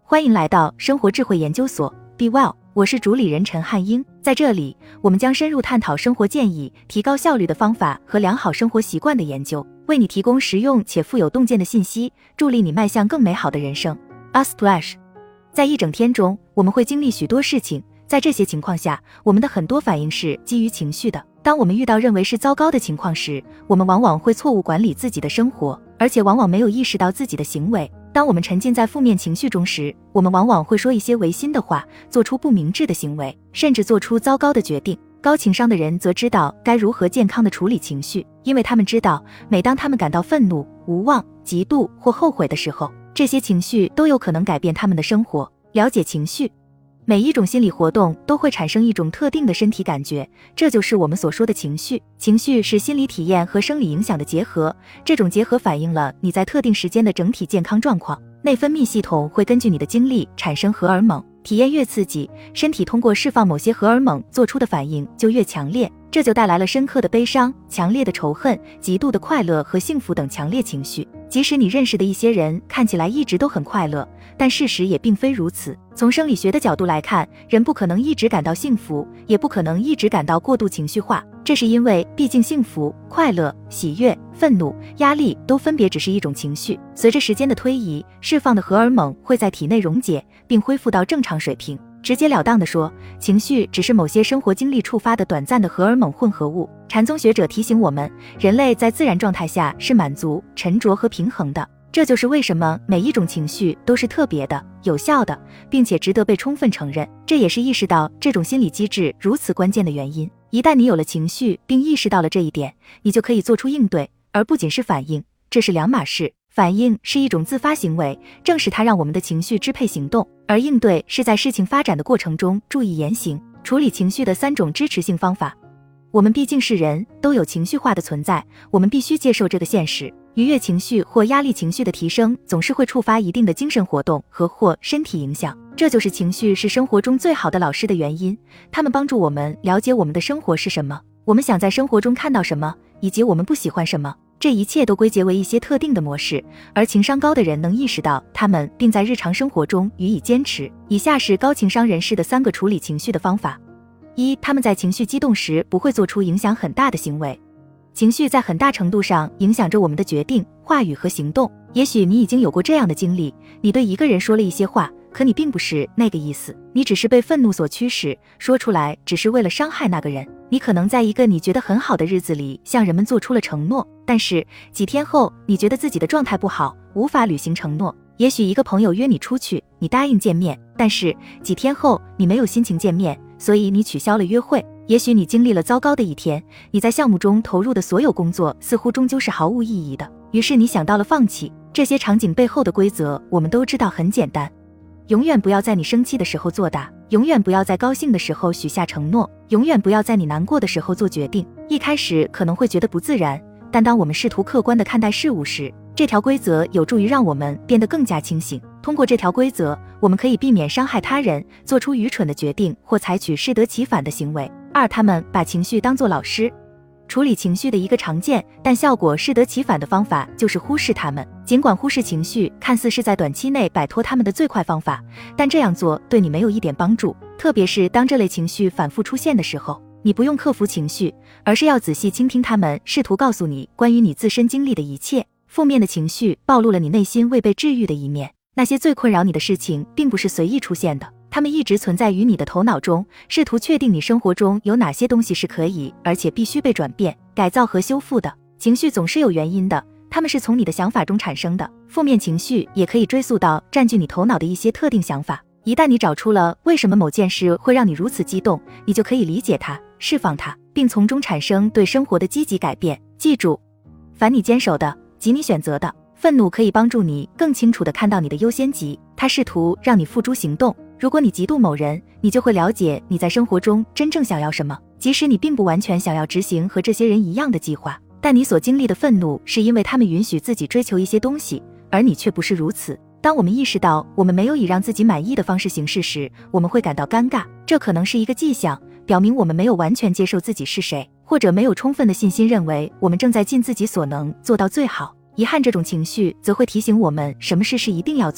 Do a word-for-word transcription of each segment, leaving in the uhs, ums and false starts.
欢迎来到生活智慧研究所 Be Well， 我是主理人陈汉英。在这里，我们将深入探讨生活建议、提高效率的方法和良好生活习惯的研究，为你提供实用且富有洞见的信息，助力你迈向更美好的人生。A Splash， 在一整天中，我们会经历许多事情，在这些情况下，我们的很多反应是基于情绪的。当我们遇到认为是糟糕的情况时，我们往往会错误管理自己的生活，而且往往没有意识到自己的行为。当我们沉浸在负面情绪中时，我们往往会说一些违心的话，做出不明智的行为，甚至做出糟糕的决定。高情商的人则知道该如何健康地处理情绪，因为他们知道，每当他们感到愤怒、无望、嫉妒或后悔的时候，这些情绪都有可能改变他们的生活。了解情绪，每一种心理活动都会产生一种特定的身体感觉，这就是我们所说的情绪。情绪是心理体验和生理影响的结合，这种结合反映了你在特定时间的整体健康状况。内分泌系统会根据你的经历产生荷尔蒙，体验越刺激，身体通过释放某些荷尔蒙做出的反应就越强烈，这就带来了深刻的悲伤、强烈的仇恨、极度的快乐和幸福等强烈情绪。即使你认识的一些人看起来一直都很快乐，但事实也并非如此。从生理学的角度来看，人不可能一直感到幸福，也不可能一直感到过度情绪化，这是因为毕竟幸福、快乐、喜悦、愤怒、压力都分别只是一种情绪，随着时间的推移，释放的荷尔蒙会在体内溶解并恢复到正常水平。直截了当地说，情绪只是某些生活经历触发的短暂的荷尔蒙混合物。禅宗学者提醒我们，人类在自然状态下是满足、沉着和平衡的，这就是为什么每一种情绪都是特别的、有效的，并且值得被充分承认。这也是意识到这种心理机制如此关键的原因。一旦你有了情绪并意识到了这一点，你就可以做出应对，而不仅是反应，这是两码事。反应是一种自发行为，正是它让我们的情绪支配行动，而应对是在事情发展的过程中注意言行。处理情绪的三种支持性方法。我们毕竟是人，都有情绪化的存在，我们必须接受这个现实。愉悦情绪或压力情绪的提升总是会触发一定的精神活动和或身体影响，这就是情绪是生活中最好的老师的原因。它们帮助我们了解我们的生活是什么，我们想在生活中看到什么，以及我们不喜欢什么。这一切都归结为一些特定的模式，而情商高的人能意识到它们，并在日常生活中予以坚持。以下是高情商人士的三个处理情绪的方法。一、他们在情绪激动时不会做出影响很大的行为。情绪在很大程度上影响着我们的决定、话语和行动。也许你已经有过这样的经历，你对一个人说了一些话，可你并不是那个意思，你只是被愤怒所驱使，说出来只是为了伤害那个人。你可能在一个你觉得很好的日子里向人们做出了承诺，但是几天后你觉得自己的状态不好，无法履行承诺。也许一个朋友约你出去，你答应见面，但是几天后你没有心情见面，所以你取消了约会。也许你经历了糟糕的一天，你在项目中投入的所有工作似乎终究是毫无意义的，于是你想到了放弃。这些场景背后的规则我们都知道很简单，永远不要在你生气的时候作答，永远不要在高兴的时候许下承诺，永远不要在你难过的时候做决定。一开始可能会觉得不自然，但当我们试图客观地看待事物时，这条规则有助于让我们变得更加清醒。通过这条规则，我们可以避免伤害他人，做出愚蠢的决定或采取适得其反的行为。二、他们把情绪当作老师。处理情绪的一个常见但效果适得其反的方法就是忽视它们。尽管忽视情绪看似是在短期内摆脱它们的最快方法，但这样做对你没有一点帮助。特别是当这类情绪反复出现的时候，你不用克服情绪，而是要仔细倾听它们试图告诉你关于你自身经历的一切。负面的情绪暴露了你内心未被治愈的一面，那些最困扰你的事情并不是随意出现的，它们一直存在于你的头脑中，试图确定你生活中有哪些东西是可以而且必须被转变、改造和修复的。情绪总是有原因的，它们是从你的想法中产生的。负面情绪也可以追溯到占据你头脑的一些特定想法。一旦你找出了为什么某件事会让你如此激动，你就可以理解它、释放它，并从中产生对生活的积极改变。记住，凡你坚守的及你选择的。愤怒可以帮助你更清楚地看到你的优先级，它试图让你付诸行动。如果你嫉妒某人，你就会了解你在生活中真正想要什么，即使你并不完全想要执行和这些人一样的计划，但你所经历的愤怒是因为他们允许自己追求一些东西，而你却不是如此。当我们意识到我们没有以让自己满意的方式行事时，我们会感到尴尬，这可能是一个迹象，表明我们没有完全接受自己是谁，或者没有充分的信心认为我们正在尽自己所能做到最好。遗憾这种情绪则会提醒我们什么事是一定要做的，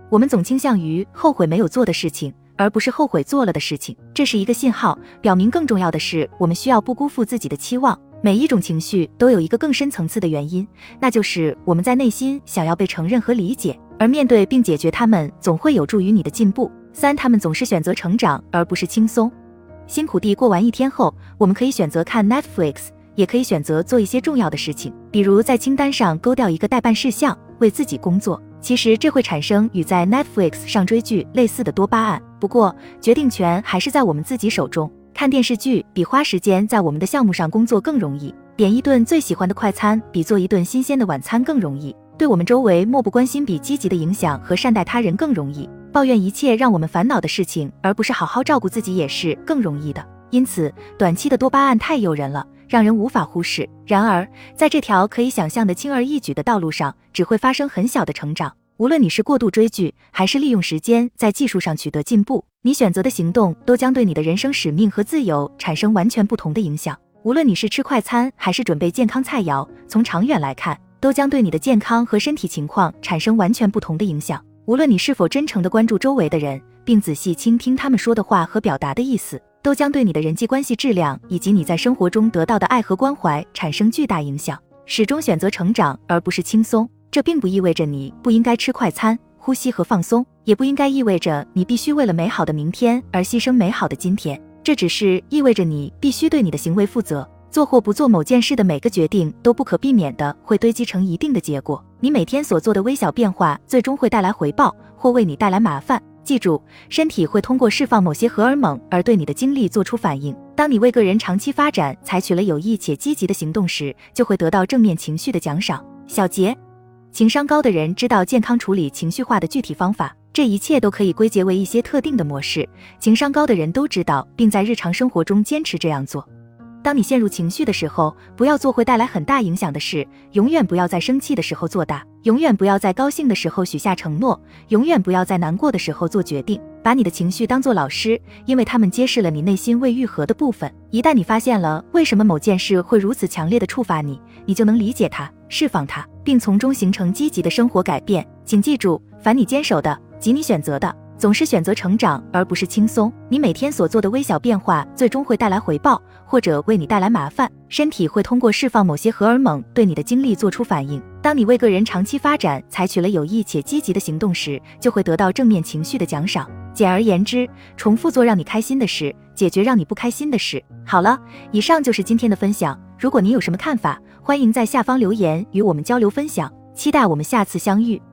我们总倾向于后悔没有做的事情，而不是后悔做了的事情。这是一个信号，表明更重要的是，我们需要不辜负自己的期望。每一种情绪都有一个更深层次的原因，那就是我们在内心想要被承认和理解，而面对并解决它们总会有助于你的进步。三，他们总是选择成长而不是轻松。辛苦地过完一天后，我们可以选择看 Netflix， 也可以选择做一些重要的事情，比如在清单上勾掉一个待办事项，为自己工作。其实这会产生与在 Netflix 上追剧类似的多巴胺，不过决定权还是在我们自己手中。看电视剧比花时间在我们的项目上工作更容易，点一顿最喜欢的快餐比做一顿新鲜的晚餐更容易，对我们周围漠不关心比积极的影响和善待他人更容易，抱怨一切让我们烦恼的事情而不是好好照顾自己也是更容易的。因此短期的多巴胺太诱人了，让人无法忽视。然而在这条可以想象的轻而易举的道路上，只会发生很小的成长。无论你是过度追剧，还是利用时间在技术上取得进步，你选择的行动都将对你的人生使命和自由产生完全不同的影响。无论你是吃快餐还是准备健康菜肴，从长远来看，都将对你的健康和身体情况产生完全不同的影响。无论你是否真诚地关注周围的人，并仔细倾听他们说的话和表达的意思，都将对你的人际关系质量以及你在生活中得到的爱和关怀产生巨大影响。始终选择成长而不是轻松，这并不意味着你不应该吃快餐、呼吸和放松，也不应该意味着你必须为了美好的明天而牺牲美好的今天。这只是意味着你必须对你的行为负责，做或不做某件事的每个决定都不可避免的会堆积成一定的结果。你每天所做的微小变化最终会带来回报，或为你带来麻烦。记住，身体会通过释放某些荷尔蒙而对你的经历做出反应。当你为个人长期发展采取了有益且积极的行动时，就会得到正面情绪的奖赏。小结：情商高的人知道健康处理情绪化的具体方法，这一切都可以归结为一些特定的模式。情商高的人都知道，并在日常生活中坚持这样做。当你陷入情绪的时候，不要做会带来很大影响的事，永远不要在生气的时候做大，永远不要在高兴的时候许下承诺，永远不要在难过的时候做决定。把你的情绪当作老师，因为他们揭示了你内心未愈合的部分。一旦你发现了为什么某件事会如此强烈地触发你，你就能理解它，释放它，并从中形成积极的生活改变。请记住，凡你坚守的及你选择的，总是选择成长而不是轻松。你每天所做的微小变化最终会带来回报，或者为你带来麻烦。身体会通过释放某些荷尔蒙对你的经历做出反应。当你为个人长期发展采取了有益且积极的行动时，就会得到正面情绪的奖赏。简而言之，重复做让你开心的事，解决让你不开心的事。好了，以上就是今天的分享。如果您有什么看法，欢迎在下方留言与我们交流分享。期待我们下次相遇。